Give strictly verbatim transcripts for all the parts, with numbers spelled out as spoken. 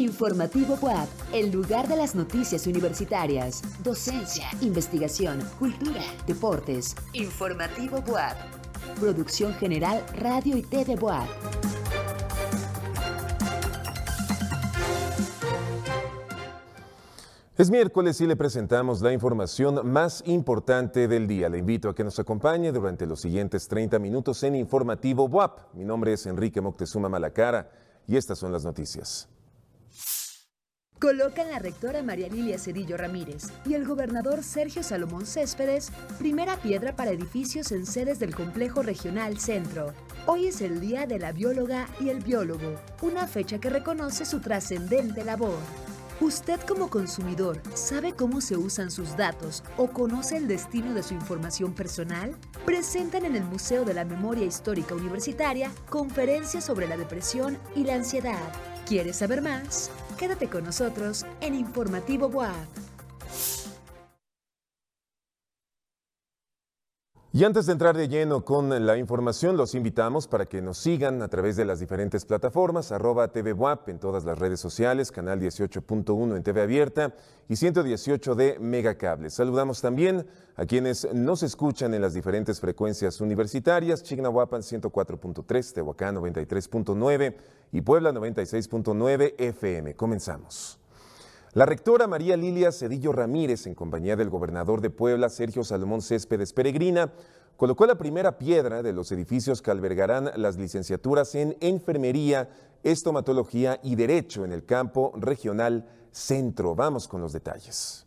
Informativo Buap, el lugar de las noticias universitarias, docencia, investigación, cultura, deportes. Informativo Buap. Producción general Radio y T V Buap. Es miércoles y le presentamos la información más importante del día. Le invito a que nos acompañe durante los siguientes treinta minutos en Informativo Buap. Mi nombre es Enrique Moctezuma Malacara y estas son las noticias. Colocan la rectora María Lilia Cedillo Ramírez y el gobernador Sergio Salomón Céspedes primera piedra para edificios en sedes del Complejo Regional Centro. Hoy es el Día de la Bióloga y el Biólogo, una fecha que reconoce su trascendente labor. ¿Usted como consumidor sabe cómo se usan sus datos o conoce el destino de su información personal? Presentan en el Museo de la Memoria Histórica Universitaria conferencias sobre la depresión y la ansiedad. ¿Quieres saber más? Quédate con nosotros en Informativo Buap. Y antes de entrar de lleno con la información, los invitamos para que nos sigan a través de las diferentes plataformas, arroba T V Buap en todas las redes sociales, canal dieciocho punto uno en T V Abierta y ciento dieciocho de Megacable. Saludamos también a quienes nos escuchan en las diferentes frecuencias universitarias, Chignahuapan ciento cuatro punto tres, Tehuacán noventa y tres punto nueve y Puebla noventa y seis punto nueve F M. Comenzamos. La rectora María Lilia Cedillo Ramírez, en compañía del gobernador de Puebla, Sergio Salomón Céspedes Peregrina, colocó la primera piedra de los edificios que albergarán las licenciaturas en Enfermería, Estomatología y Derecho en el campo regional Centro. Vamos con los detalles.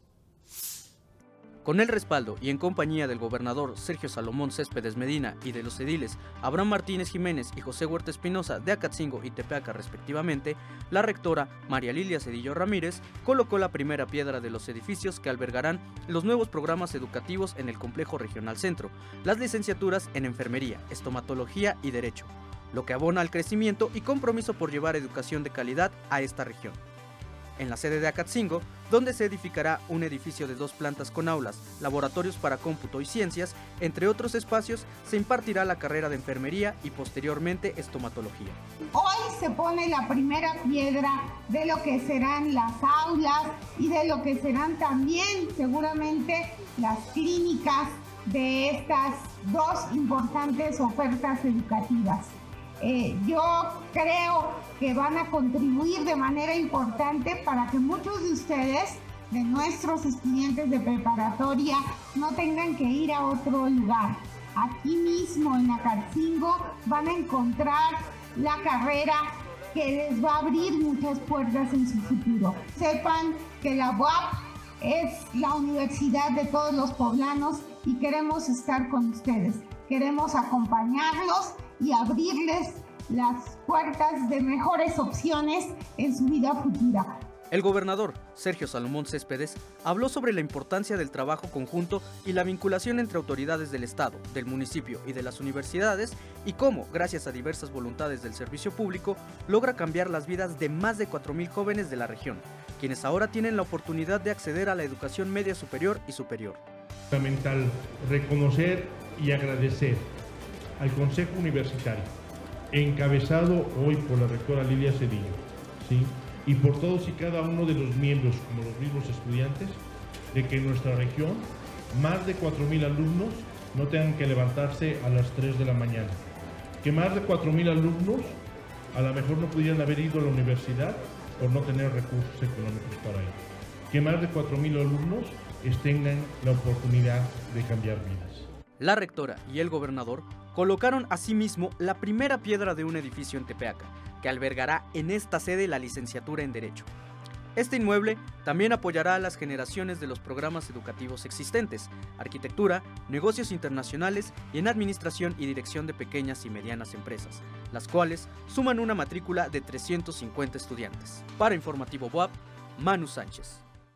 Con el respaldo y en compañía del gobernador Sergio Salomón Céspedes Medina y de los ediles Abraham Martínez Jiménez y José Huerta Espinosa de Acatzingo y Tepeaca respectivamente, la rectora María Lilia Cedillo Ramírez colocó la primera piedra de los edificios que albergarán los nuevos programas educativos en el Complejo Regional Centro, las licenciaturas en Enfermería, Estomatología y Derecho, lo que abona al crecimiento y compromiso por llevar educación de calidad a esta región. En la sede de Acatzingo, donde se edificará un edificio de dos plantas con aulas, laboratorios para cómputo y ciencias, entre otros espacios, se impartirá la carrera de enfermería y posteriormente estomatología. Hoy se pone la primera piedra de lo que serán las aulas y de lo que serán también seguramente las clínicas de estas dos importantes ofertas educativas. Eh, yo creo que van a contribuir de manera importante para que muchos de ustedes, de nuestros estudiantes de preparatoria, no tengan que ir a otro lugar. Aquí mismo en Acatzingo van a encontrar la carrera que les va a abrir muchas puertas en su futuro. Sepan que la Buap es la universidad de todos los poblanos y queremos estar con ustedes. Queremos acompañarlos y abrirles las puertas de mejores opciones en su vida futura. El gobernador Sergio Salomón Céspedes habló sobre la importancia del trabajo conjunto y la vinculación entre autoridades del Estado, del municipio y de las universidades y cómo, gracias a diversas voluntades del servicio público, logra cambiar las vidas de más de cuatro mil jóvenes de la región, quienes ahora tienen la oportunidad de acceder a la educación media superior y superior. Fundamental reconocer y agradecer al Consejo Universitario, encabezado hoy por la rectora Lilia Cedillo, ¿sí? y por todos y cada uno de los miembros, como los mismos estudiantes, de que en nuestra región más de cuatro mil alumnos no tengan que levantarse a las tres de la mañana, que más de cuatro mil alumnos a lo mejor no pudieran haber ido a la universidad por no tener recursos económicos para ello, que más de cuatro mil alumnos tengan la oportunidad de cambiar vidas. La rectora y el gobernador colocaron asimismo la primera piedra de un edificio en Tepeaca, que albergará en esta sede la licenciatura en Derecho. Este inmueble también apoyará a las generaciones de los programas educativos existentes, arquitectura, negocios internacionales y en administración y dirección de pequeñas y medianas empresas, las cuales suman una matrícula de trescientos cincuenta estudiantes. Para Informativo Buap, Manu Sánchez.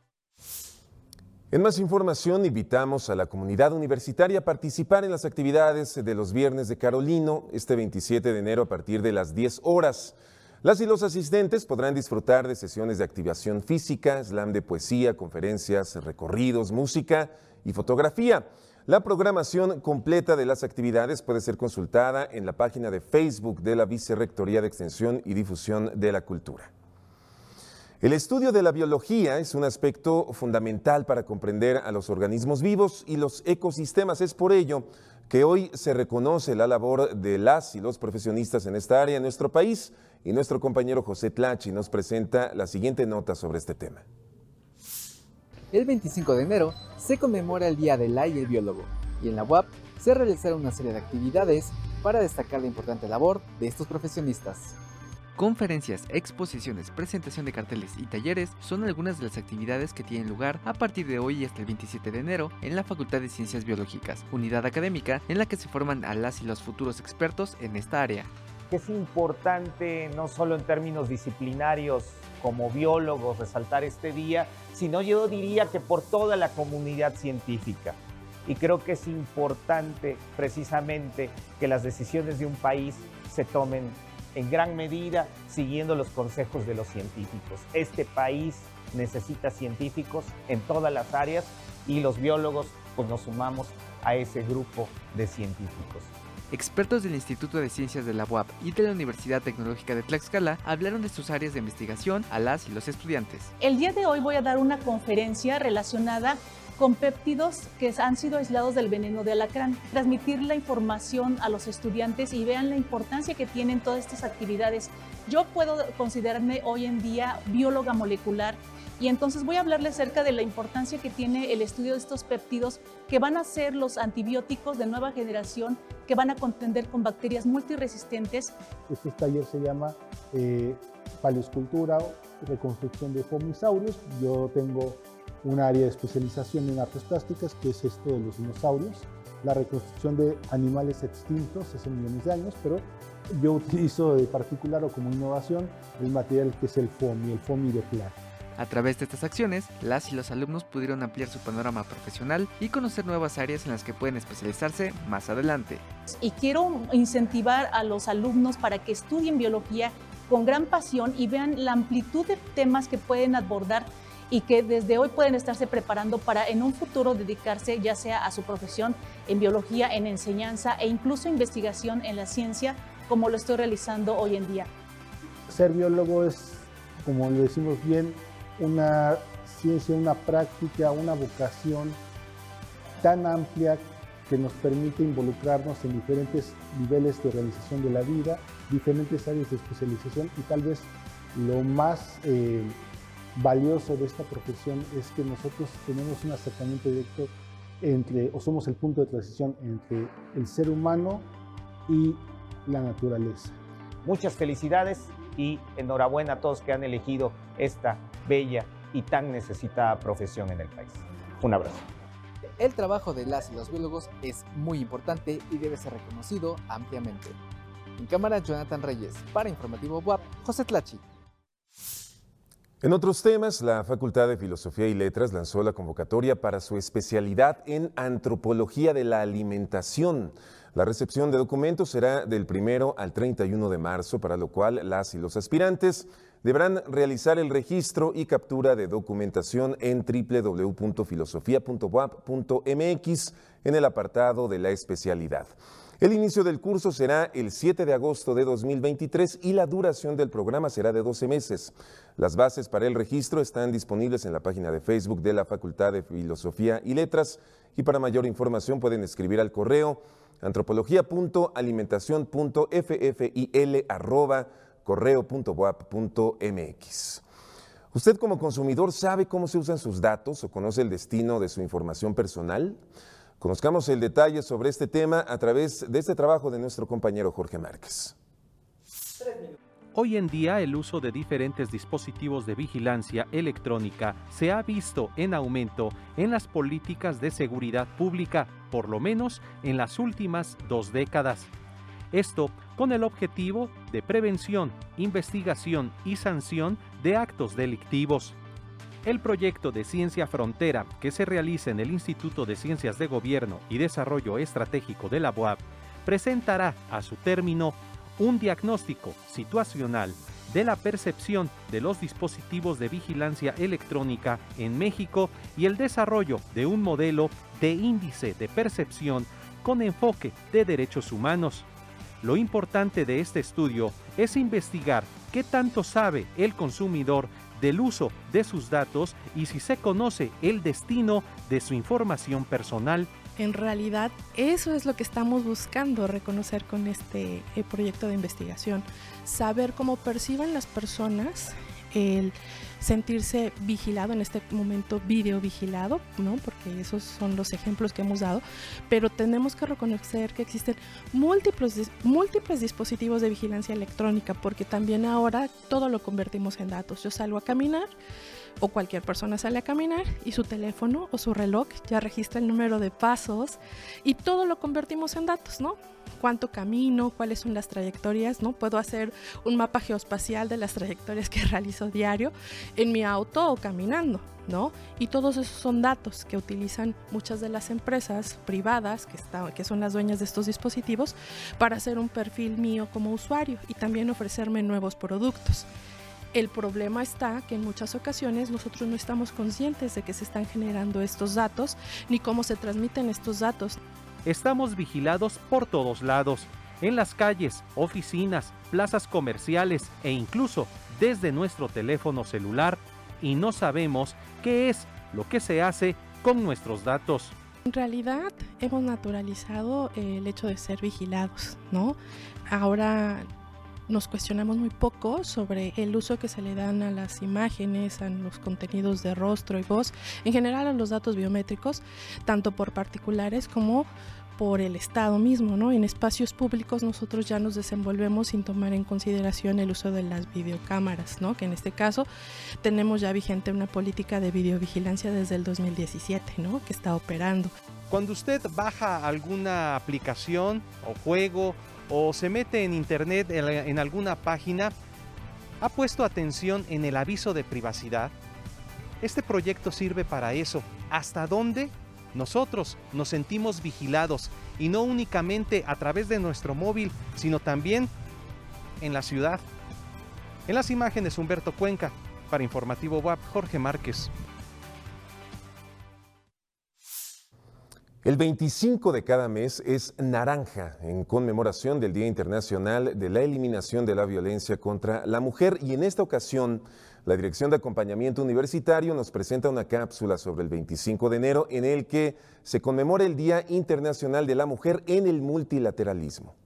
En más información, invitamos a la comunidad universitaria a participar en las actividades de los Viernes de Carolino este veintisiete de enero a partir de las diez horas. Las y los asistentes podrán disfrutar de sesiones de activación física, slam de poesía, conferencias, recorridos, música y fotografía. La programación completa de las actividades puede ser consultada en la página de Facebook de la Vicerrectoría de Extensión y Difusión de la Cultura. El estudio de la biología es un aspecto fundamental para comprender a los organismos vivos y los ecosistemas. Es por ello que hoy se reconoce la labor de las y los profesionistas en esta área en nuestro país, y nuestro compañero José Tlachi nos presenta la siguiente nota sobre este tema. El veinticinco de enero se conmemora el Día del La y el Biólogo, y en la U A P se realizaron una serie de actividades para destacar la importante labor de estos profesionistas. Conferencias, exposiciones, presentación de carteles y talleres son algunas de las actividades que tienen lugar a partir de hoy y hasta el veintisiete de enero en la Facultad de Ciencias Biológicas, unidad académica en la que se forman a las y los futuros expertos en esta área. Es importante no solo en términos disciplinarios como biólogos resaltar este día, sino yo diría que por toda la comunidad científica. Y creo que es importante precisamente que las decisiones de un país se tomen en gran medida siguiendo los consejos de los científicos. Este país necesita científicos en todas las áreas y los biólogos pues nos sumamos a ese grupo de científicos. Expertos del Instituto de Ciencias de la U A P y de la Universidad Tecnológica de Tlaxcala hablaron de sus áreas de investigación a las y los estudiantes. El día de hoy voy a dar una conferencia relacionada con péptidos que han sido aislados del veneno de alacrán, transmitir la información a los estudiantes y vean la importancia que tienen todas estas actividades. Yo puedo considerarme hoy en día bióloga molecular y entonces voy a hablarles acerca de la importancia que tiene el estudio de estos péptidos que van a ser los antibióticos de nueva generación que van a contender con bacterias multiresistentes. Este taller se llama eh, Paleoescultura, reconstrucción de fomisaurios. Yo tengo un área de especialización en artes plásticas, que es esto de los dinosaurios, la reconstrucción de animales extintos hace millones de años, pero yo utilizo de particular o como innovación el material que es el foamy, el foamy de plata. A través de estas acciones, las y los alumnos pudieron ampliar su panorama profesional y conocer nuevas áreas en las que pueden especializarse más adelante. Y quiero incentivar a los alumnos para que estudien biología con gran pasión y vean la amplitud de temas que pueden abordar y que desde hoy pueden estarse preparando para en un futuro dedicarse ya sea a su profesión en biología, en enseñanza e incluso investigación en la ciencia, como lo estoy realizando hoy en día. Ser biólogo es, como lo decimos bien, una ciencia, una práctica, una vocación tan amplia que nos permite involucrarnos en diferentes niveles de organización de la vida, diferentes áreas de especialización y tal vez lo más eh, valioso de esta profesión es que nosotros tenemos un acercamiento directo entre, o somos el punto de transición entre el ser humano y la naturaleza. Muchas felicidades y enhorabuena a todos que han elegido esta bella y tan necesitada profesión en el país. Un abrazo. El trabajo de las y los biólogos es muy importante y debe ser reconocido ampliamente. En cámara, Jonathan Reyes. Para Informativo W A P, José Tlachi. En otros temas, la Facultad de Filosofía y Letras lanzó la convocatoria para su especialidad en Antropología de la Alimentación. La recepción de documentos será del primero al treinta y uno de marzo, para lo cual las y los aspirantes deberán realizar el registro y captura de documentación en doble u doble u doble u punto filosofía punto u a p punto m x en el apartado de la especialidad. El inicio del curso será el siete de agosto de dos mil veintitrés y la duración del programa será de doce meses. Las bases para el registro están disponibles en la página de Facebook de la Facultad de Filosofía y Letras y para mayor información pueden escribir al correo antropología punto alimentación punto ffil arroba correo punto u a p punto m x. ¿Usted como consumidor sabe cómo se usan sus datos o conoce el destino de su información personal? Conozcamos el detalle sobre este tema a través de este trabajo de nuestro compañero Jorge Márquez. Hoy en día el uso de diferentes dispositivos de vigilancia electrónica se ha visto en aumento en las políticas de seguridad pública, por lo menos en las últimas dos décadas. Esto con el objetivo de prevención, investigación y sanción de actos delictivos. El proyecto de Ciencia Frontera, que se realiza en el Instituto de Ciencias de Gobierno y Desarrollo Estratégico de la U A P, presentará a su término un diagnóstico situacional de la percepción de los dispositivos de vigilancia electrónica en México y el desarrollo de un modelo de índice de percepción con enfoque de derechos humanos. Lo importante de este estudio es investigar qué tanto sabe el consumidor del uso de sus datos y si se conoce el destino de su información personal. En realidad, eso es lo que estamos buscando reconocer con este eh, proyecto de investigación. Saber cómo perciben las personas el sentirse vigilado, en este momento video vigilado, ¿no? Porque esos son los ejemplos que hemos dado, pero tenemos que reconocer que existen múltiples, múltiples dispositivos de vigilancia electrónica, porque también ahora todo lo convertimos en datos. Yo salgo a caminar, o cualquier persona sale a caminar y su teléfono o su reloj ya registra el número de pasos y todo lo convertimos en datos, ¿no? Cuánto camino, cuáles son las trayectorias, ¿no? Puedo hacer un mapa geoespacial de las trayectorias que realizo diario en mi auto o caminando, ¿no? Y todos esos son datos que utilizan muchas de las empresas privadas que, está, que son las dueñas de estos dispositivos para hacer un perfil mío como usuario y también ofrecerme nuevos productos. El problema está que en muchas ocasiones nosotros no estamos conscientes de que se están generando estos datos ni cómo se transmiten estos datos. Estamos vigilados por todos lados, en las calles, oficinas, plazas comerciales e incluso desde nuestro teléfono celular y no sabemos qué es lo que se hace con nuestros datos. En realidad hemos naturalizado el hecho de ser vigilados, ¿no? Ahora nos cuestionamos muy poco sobre el uso que se le dan a las imágenes, a los contenidos de rostro y voz, en general a los datos biométricos, tanto por particulares como por el Estado mismo, ¿no? En espacios públicos nosotros ya nos desenvolvemos sin tomar en consideración el uso de las videocámaras, ¿no? Que en este caso tenemos ya vigente una política de videovigilancia desde el dos mil diecisiete, ¿no? Que está operando. Cuando usted baja alguna aplicación o juego o se mete en internet en alguna página, ¿ha puesto atención en el aviso de privacidad? Este proyecto sirve para eso. ¿Hasta dónde nosotros nos sentimos vigilados? Y no únicamente a través de nuestro móvil, sino también en la ciudad. En las imágenes, Humberto Cuenca. Para Informativo W A P, Jorge Márquez. El veinticinco de cada mes es naranja, en conmemoración del Día Internacional de la Eliminación de la Violencia contra la Mujer. Y en esta ocasión, la Dirección de Acompañamiento Universitario nos presenta una cápsula sobre el veinticinco de enero en el que se conmemora el Día Internacional de la Mujer en el multilateralismo.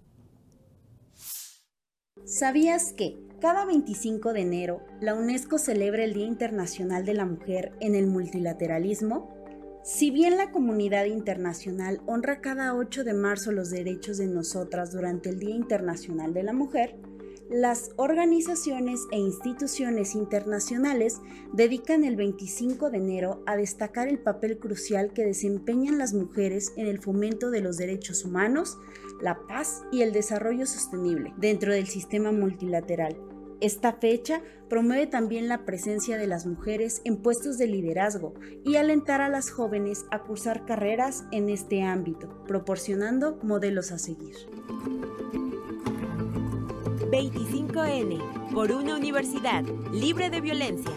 ¿Sabías que cada veinticinco de enero la UNESCO celebra el Día Internacional de la Mujer en el multilateralismo? Si bien la comunidad internacional honra cada ocho de marzo los derechos de nosotras durante el Día Internacional de la Mujer, las organizaciones e instituciones internacionales dedican el veinticinco de enero a destacar el papel crucial que desempeñan las mujeres en el fomento de los derechos humanos, la paz y el desarrollo sostenible dentro del sistema multilateral. Esta fecha promueve también la presencia de las mujeres en puestos de liderazgo y alentar a las jóvenes a cursar carreras en este ámbito, proporcionando modelos a seguir. veinticinco ene, por una universidad libre de violencia.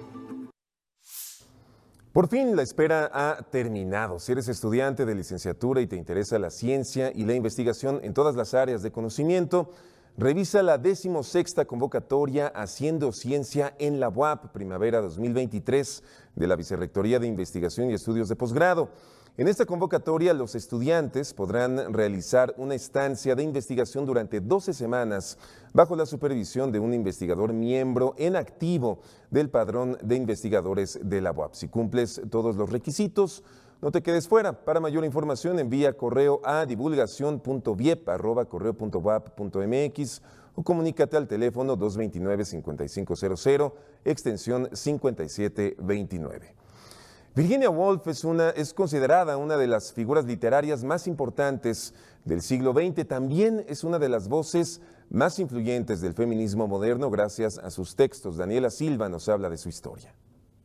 Por fin la espera ha terminado. Si eres estudiante de licenciatura y te interesa la ciencia y la investigación en todas las áreas de conocimiento, revisa la decimosexta convocatoria Haciendo Ciencia en la U A P Primavera dos mil veintitrés de la Vicerrectoría de Investigación y Estudios de Posgrado. En esta convocatoria, los estudiantes podrán realizar una estancia de investigación durante doce semanas bajo la supervisión de un investigador miembro en activo del Padrón de Investigadores de la U A P. Si cumples todos los requisitos, no te quedes fuera. Para mayor información, envía correo a divulgación punto viep arroba correo punto uap punto mx o comunícate al teléfono dos dos nueve, cinco cinco cero cero, extensión cincuenta y siete veintinueve. Virginia Woolf es, una, es considerada una de las figuras literarias más importantes del siglo veinte. También es una de las voces más influyentes del feminismo moderno gracias a sus textos. Daniela Silva nos habla de su historia.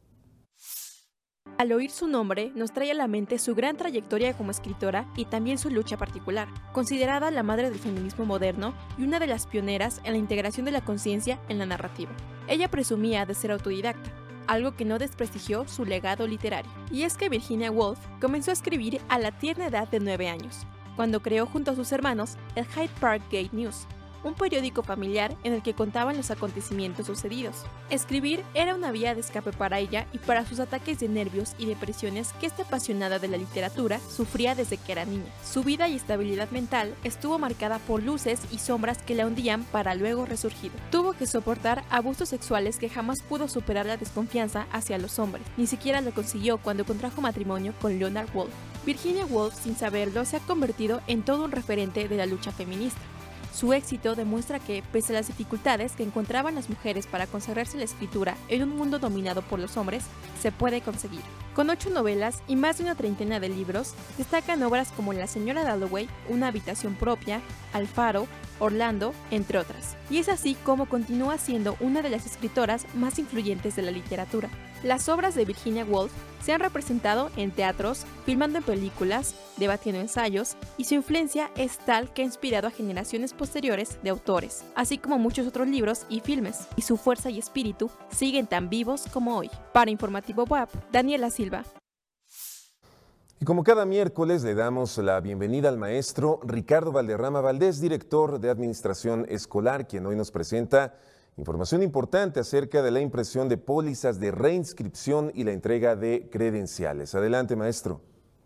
Al oír su nombre, nos trae a la mente su gran trayectoria como escritora y también su lucha particular. Considerada la madre del feminismo moderno y una de las pioneras en la integración de la conciencia en la narrativa. Ella presumía de ser autodidacta, algo que no desprestigió su legado literario. Y es que Virginia Woolf comenzó a escribir a la tierna edad de nueve años, cuando creó junto a sus hermanos el Hyde Park Gate News, un periódico familiar en el que contaban los acontecimientos sucedidos. Escribir era una vía de escape para ella y para sus ataques de nervios y depresiones que esta apasionada de la literatura sufría desde que era niña. Su vida y estabilidad mental estuvo marcada por luces y sombras que la hundían para luego resurgir. Tuvo que soportar abusos sexuales que jamás pudo superar la desconfianza hacia los hombres. Ni siquiera lo consiguió cuando contrajo matrimonio con Leonard Woolf. Virginia Woolf, sin saberlo, se ha convertido en todo un referente de la lucha feminista. Su éxito demuestra que, pese a las dificultades que encontraban las mujeres para consagrarse a la escritura en un mundo dominado por los hombres, se puede conseguir. Con ocho novelas y más de una treintena de libros, destacan obras como La señora Dalloway, Una habitación propia, Alfaro, Orlando, entre otras. Y es así como continúa siendo una de las escritoras más influyentes de la literatura. Las obras de Virginia Woolf se han representado en teatros, filmando en películas, debatiendo ensayos, y su influencia es tal que ha inspirado a generaciones posteriores de autores, así como muchos otros libros y filmes, y su fuerza y espíritu siguen tan vivos como hoy. Para Informativo W A P, Daniela Silva. Y como cada miércoles le damos la bienvenida al maestro Ricardo Valderrama Valdés, director de Administración Escolar, quien hoy nos presenta información importante acerca de la impresión de pólizas de reinscripción y la entrega de credenciales. Adelante, maestro.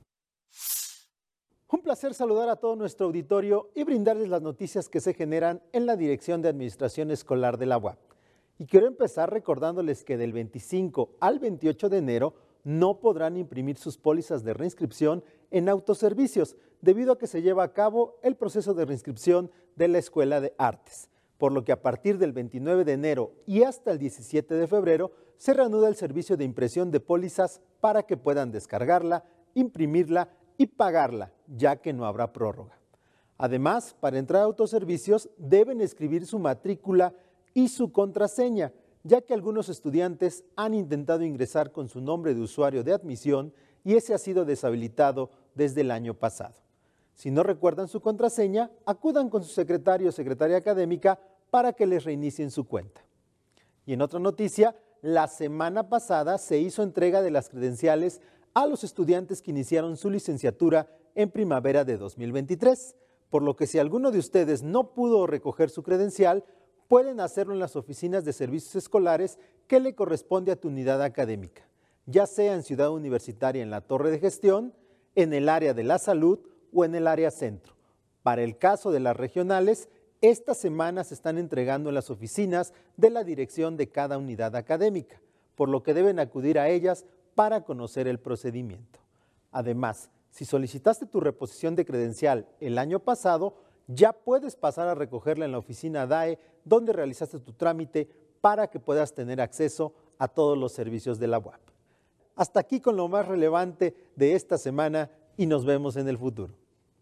Un placer saludar a todo nuestro auditorio y brindarles las noticias que se generan en la Dirección de Administración Escolar de la U A P. Y quiero empezar recordándoles que del veinticinco al veintiocho de enero no podrán imprimir sus pólizas de reinscripción en autoservicios, debido a que se lleva a cabo el proceso de reinscripción de la Escuela de Artes, por lo que a partir del veintinueve de enero y hasta el diecisiete de febrero se reanuda el servicio de impresión de pólizas para que puedan descargarla, imprimirla y pagarla, ya que no habrá prórroga. Además, para entrar a autoservicios deben escribir su matrícula y su contraseña, ya que algunos estudiantes han intentado ingresar con su nombre de usuario de admisión y ese ha sido deshabilitado desde el año pasado. Si no recuerdan su contraseña, acudan con su secretario o secretaria académica para que les reinicien su cuenta. Y en otra noticia, la semana pasada se hizo entrega de las credenciales a los estudiantes que iniciaron su licenciatura en primavera de dos mil veintitrés, por lo que si alguno de ustedes no pudo recoger su credencial, pueden hacerlo en las oficinas de servicios escolares que le corresponde a tu unidad académica, ya sea en Ciudad Universitaria en la Torre de Gestión, en el área de la salud o en el área centro. Para el caso de las regionales, esta semana se están entregando en las oficinas de la dirección de cada unidad académica, por lo que deben acudir a ellas para conocer el procedimiento. Además, si solicitaste tu reposición de credencial el año pasado, ya puedes pasar a recogerla en la oficina D A E donde realizaste tu trámite para que puedas tener acceso a todos los servicios de la U A P. Hasta aquí con lo más relevante de esta semana y nos vemos en el futuro.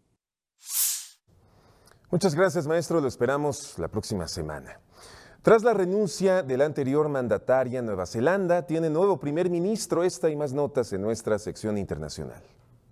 Muchas gracias, maestro. Lo esperamos la próxima semana. Tras la renuncia de la anterior mandataria, Nueva Zelanda tiene nuevo primer ministro. Esta y más notas en nuestra sección internacional.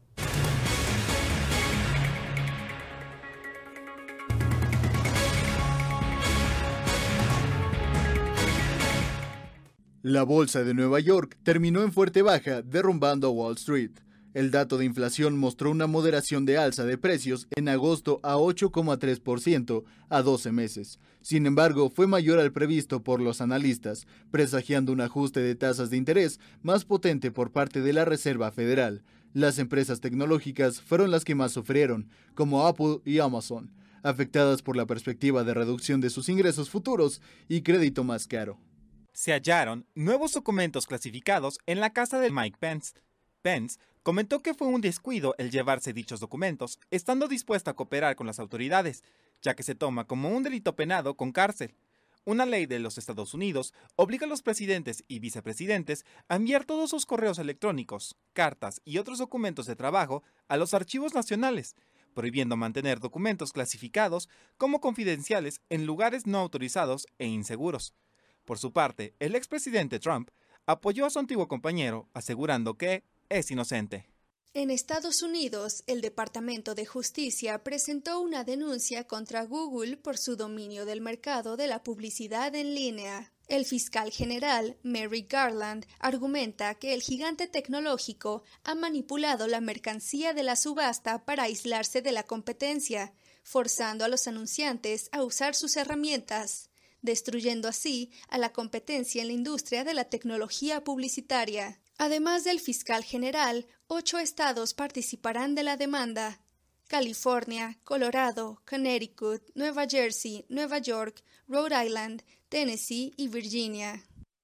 La bolsa de Nueva York terminó en fuerte baja, derrumbando a Wall Street. El dato de inflación mostró una moderación de alza de precios en agosto a ocho coma tres por ciento a doce meses. Sin embargo, fue mayor al previsto por los analistas, presagiando un ajuste de tasas de interés más potente por parte de la Reserva Federal. Las empresas tecnológicas fueron las que más sufrieron, como Apple y Amazon, afectadas por la perspectiva de reducción de sus ingresos futuros y crédito más caro. Se hallaron nuevos documentos clasificados en la casa de Mike Pence. Pence comentó que fue un descuido el llevarse dichos documentos, estando dispuesto a cooperar con las autoridades, ya que se toma como un delito penado con cárcel. Una ley de los Estados Unidos obliga a los presidentes y vicepresidentes a enviar todos sus correos electrónicos, cartas y otros documentos de trabajo a los archivos nacionales, prohibiendo mantener documentos clasificados como confidenciales en lugares no autorizados e inseguros. Por su parte, el expresidente Trump apoyó a su antiguo compañero, asegurando que es inocente. En Estados Unidos, el Departamento de Justicia presentó una denuncia contra Google por su dominio del mercado de la publicidad en línea. El fiscal general, Merrick Garland, argumenta que el gigante tecnológico ha manipulado la mercancía de la subasta para aislarse de la competencia, forzando a los anunciantes a usar sus herramientas, destruyendo así a la competencia en la industria de la tecnología publicitaria. Además del fiscal general, ocho estados participarán de la demanda: California, Colorado, Connecticut, Nueva Jersey, Nueva York, Rhode Island, Tennessee y Virginia.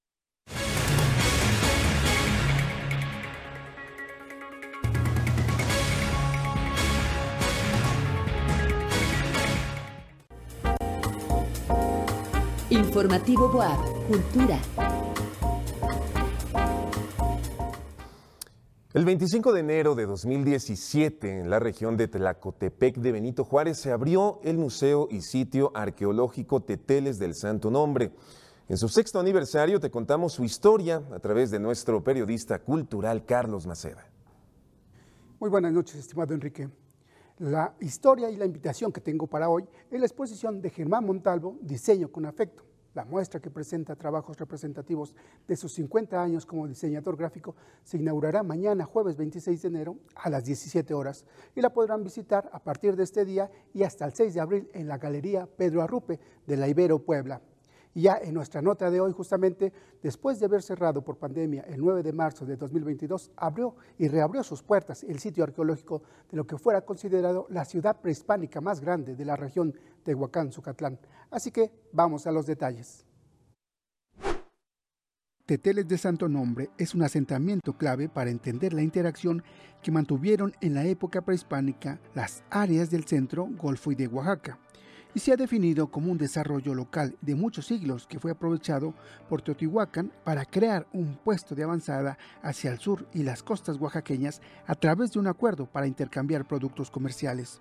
Informativo B U A P, Cultura. El veinticinco de enero de dos mil diecisiete, en la región de Tlacotepec de Benito Juárez, se abrió el Museo y Sitio Arqueológico Teteles del Santo Nombre. En su sexto aniversario te contamos su historia a través de nuestro periodista cultural Carlos Maceda. Muy buenas noches, estimado Enrique. La historia y la invitación que tengo para hoy es la exposición de Germán Montalvo, Diseño con Afecto. La muestra, que presenta trabajos representativos de sus cincuenta años como diseñador gráfico, se inaugurará mañana, jueves veintiséis de enero, a las diecisiete horas, y la podrán visitar a partir de este día y hasta el seis de abril en la Galería Pedro Arrupe de la Ibero, Puebla. Y ya en nuestra nota de hoy, justamente, después de haber cerrado por pandemia el nueve de marzo de dos mil veintidós, abrió y reabrió sus puertas el sitio arqueológico de lo que fuera considerado la ciudad prehispánica más grande de la región de Tehuacán-Zucatlán. Así que vamos a los detalles. Teteles de Santo Nombre es un asentamiento clave para entender la interacción que mantuvieron en la época prehispánica las áreas del centro, Golfo y de Oaxaca, y se ha definido como un desarrollo local de muchos siglos que fue aprovechado por Teotihuacán para crear un puesto de avanzada hacia el sur y las costas oaxaqueñas a través de un acuerdo para intercambiar productos comerciales.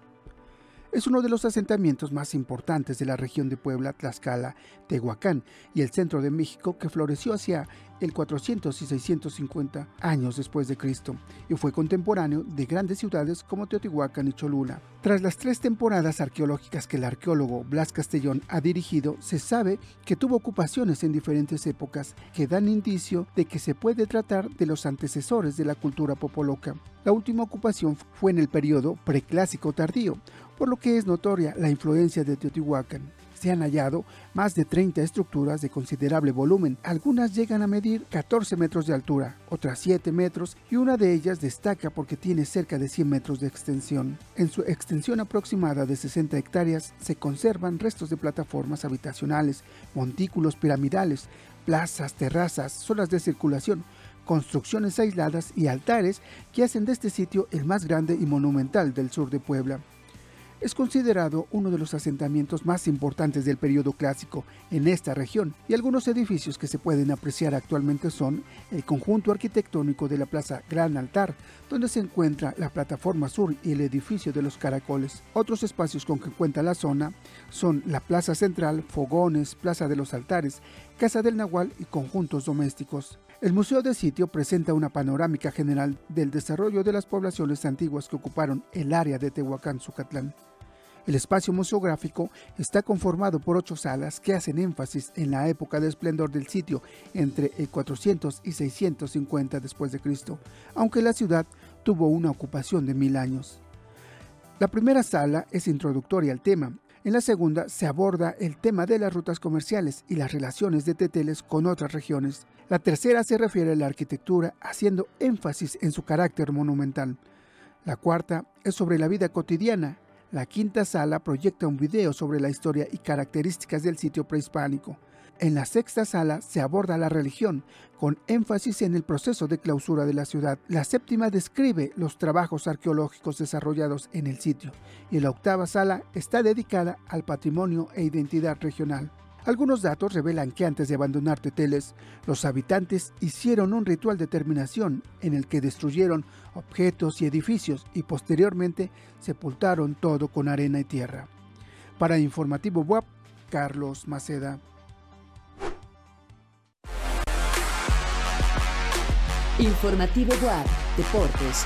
Es uno de los asentamientos más importantes de la región de Puebla, Tlaxcala, Tehuacán y el centro de México, que floreció hacia el cuatrocientos y seiscientos cincuenta años después de Cristo y fue contemporáneo de grandes ciudades como Teotihuacán y Cholula. Tras las tres temporadas arqueológicas que el arqueólogo Blas Castellón ha dirigido, se sabe que tuvo ocupaciones en diferentes épocas que dan indicio de que se puede tratar de los antecesores de la cultura popoloca. La última ocupación fue en el periodo preclásico tardío, por lo que es notoria la influencia de Teotihuacán. Se han hallado más de treinta estructuras de considerable volumen. Algunas llegan a medir catorce metros de altura, otras siete metros, y una de ellas destaca porque tiene cerca de cien metros de extensión. En su extensión aproximada de sesenta hectáreas se conservan restos de plataformas habitacionales, montículos piramidales, plazas, terrazas, zonas de circulación, construcciones aisladas y altares que hacen de este sitio el más grande y monumental del sur de Puebla. Es considerado uno de los asentamientos más importantes del periodo clásico en esta región, y algunos edificios que se pueden apreciar actualmente son el conjunto arquitectónico de la Plaza Gran Altar, donde se encuentra la plataforma sur y el edificio de los caracoles. Otros espacios con que cuenta la zona son la Plaza Central, fogones, Plaza de los Altares, Casa del Nahual y conjuntos domésticos. El Museo de Sitio presenta una panorámica general del desarrollo de las poblaciones antiguas que ocuparon el área de Tehuacán-Zucatlán. El espacio museográfico está conformado por ocho salas que hacen énfasis en la época de esplendor del sitio entre el cuatrocientos y seiscientos cincuenta después de Cristo, aunque la ciudad tuvo una ocupación de mil años. La primera sala es introductoria al tema. En la segunda se aborda el tema de las rutas comerciales y las relaciones de Teteles con otras regiones. La tercera se refiere a la arquitectura, haciendo énfasis en su carácter monumental. La cuarta es sobre la vida cotidiana. La quinta sala proyecta un video sobre la historia y características del sitio prehispánico. En la sexta sala se aborda la religión, con énfasis en el proceso de clausura de la ciudad. La séptima describe los trabajos arqueológicos desarrollados en el sitio, y la octava sala está dedicada al patrimonio e identidad regional. Algunos datos revelan que antes de abandonar Teteles, los habitantes hicieron un ritual de terminación en el que destruyeron objetos y edificios y posteriormente sepultaron todo con arena y tierra. Para Informativo B U A P, Carlos Maceda. Informativo B U A P, Deportes.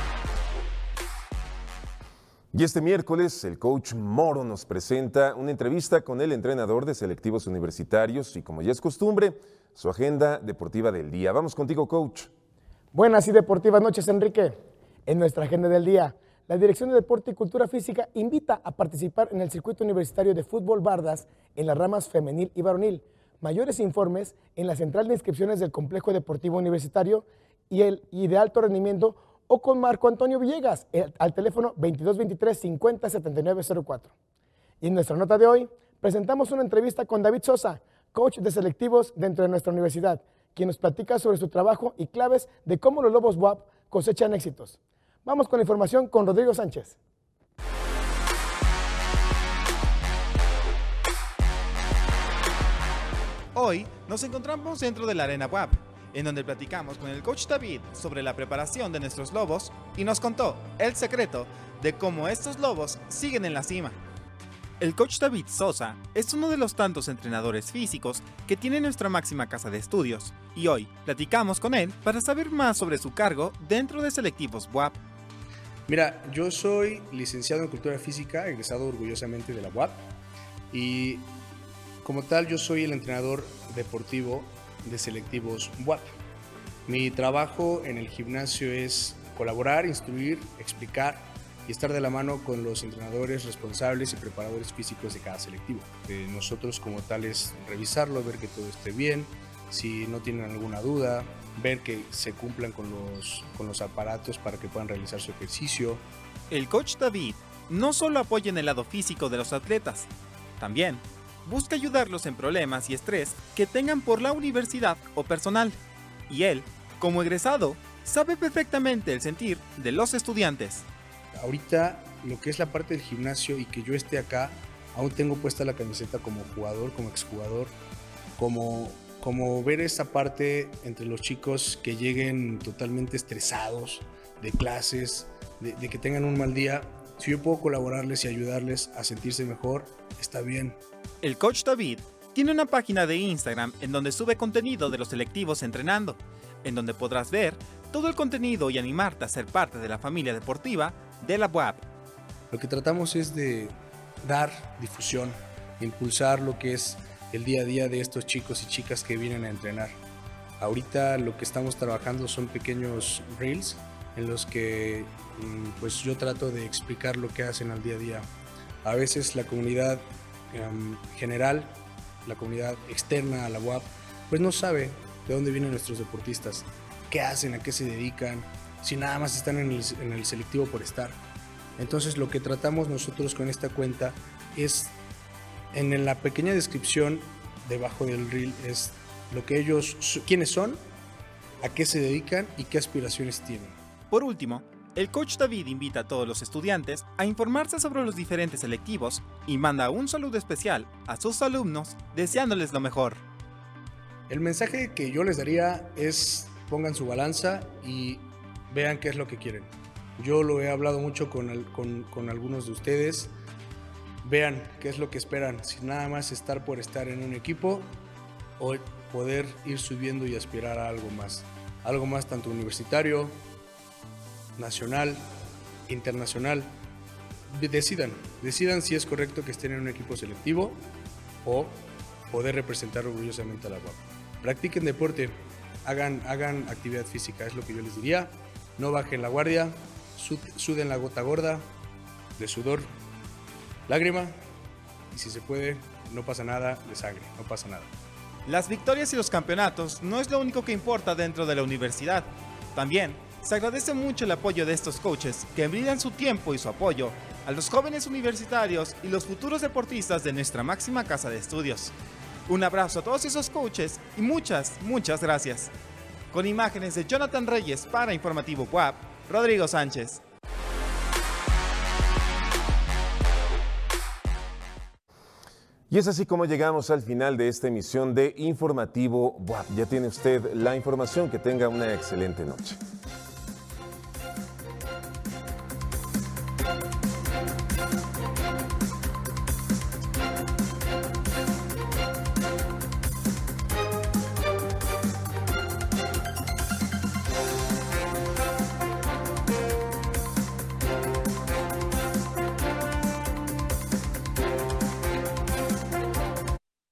Y este miércoles el coach Moro nos presenta una entrevista con el entrenador de selectivos universitarios y, como ya es costumbre, su agenda deportiva del día. Vamos contigo, coach. Buenas y deportivas noches, Enrique. En nuestra agenda del día, la Dirección de Deporte y Cultura Física invita a participar en el circuito universitario de fútbol Bardas en las ramas femenil y varonil. Mayores informes en la central de inscripciones del Complejo Deportivo Universitario y, el, y de alto rendimiento o con Marco Antonio Villegas el, al teléfono veintidós veintitrés cincuenta setenta y nueve cero cuatro. Y en nuestra nota de hoy presentamos una entrevista con David Sosa, coach de selectivos dentro de nuestra universidad, quien nos platica sobre su trabajo y claves de cómo los Lobos W A P cosechan éxitos. Vamos con la información con Rodrigo Sánchez. Hoy nos encontramos dentro de la Arena W A P, en donde platicamos con el coach David sobre la preparación de nuestros Lobos y nos contó el secreto de cómo estos Lobos siguen en la cima. El coach David Sosa es uno de los tantos entrenadores físicos que tiene nuestra máxima casa de estudios, y hoy platicamos con él para saber más sobre su cargo dentro de Selectivos W A P. Mira, yo soy licenciado en Cultura Física, egresado orgullosamente de la W A P, y como tal yo soy el entrenador deportivo de Selectivos W A P. Mi trabajo en el gimnasio es colaborar, instruir, explicar y estar de la mano con los entrenadores responsables y preparadores físicos de cada selectivo. Eh, nosotros como tal es revisarlo, ver que todo esté bien, si no tienen alguna duda, ver que se cumplan con los, con los aparatos para que puedan realizar su ejercicio. El coach David no solo apoya en el lado físico de los atletas, también busca ayudarlos en problemas y estrés que tengan por la universidad o personal. Y él, como egresado, sabe perfectamente el sentir de los estudiantes. Ahorita lo que es la parte del gimnasio y que yo esté acá, aún tengo puesta la camiseta como jugador, como exjugador, como, como ver esa parte entre los chicos que lleguen totalmente estresados de clases, de, de que tengan un mal día. Si yo puedo colaborarles y ayudarles a sentirse mejor, está bien. El coach David tiene una página de Instagram en donde sube contenido de los selectivos entrenando, en donde podrás ver todo el contenido y animarte a ser parte de la familia deportiva de la W A P. Lo que tratamos es de dar difusión, impulsar lo que es el día a día de estos chicos y chicas que vienen a entrenar. Ahorita lo que estamos trabajando son pequeños reels en los que pues yo trato de explicar lo que hacen al día a día. A veces la comunidad um, general, la comunidad externa a la W A P, pues no sabe de dónde vienen nuestros deportistas, qué hacen, a qué se dedican, si nada más están en el, en el selectivo por estar. Entonces lo que tratamos nosotros con esta cuenta es, en la pequeña descripción debajo del reel, es lo que ellos, quiénes son, a qué se dedican y qué aspiraciones tienen. Por último, el coach David invita a todos los estudiantes a informarse sobre los diferentes selectivos y manda un saludo especial a sus alumnos deseándoles lo mejor. El mensaje que yo les daría es: pongan su balanza y vean qué es lo que quieren. Yo lo he hablado mucho con, el, con, con algunos de ustedes. Vean qué es lo que esperan, si nada más estar por estar en un equipo o poder ir subiendo y aspirar a algo más. Algo más tanto universitario, nacional, internacional. Decidan, decidan si es correcto que estén en un equipo selectivo o poder representar orgullosamente a la W A P. Practiquen deporte, hagan, hagan actividad física, es lo que yo les diría. No bajen la guardia, suden la gota gorda de sudor, lágrima, y si se puede, no pasa nada de sangre, no pasa nada. Las victorias y los campeonatos no es lo único que importa dentro de la universidad. También se agradece mucho el apoyo de estos coaches que brindan su tiempo y su apoyo a los jóvenes universitarios y los futuros deportistas de nuestra máxima casa de estudios. Un abrazo a todos esos coaches y muchas, muchas gracias. Con imágenes de Jonathan Reyes para Informativo W A P, Rodrigo Sánchez. Y es así como llegamos al final de esta emisión de Informativo W A P. Ya tiene usted la información, que tenga una excelente noche.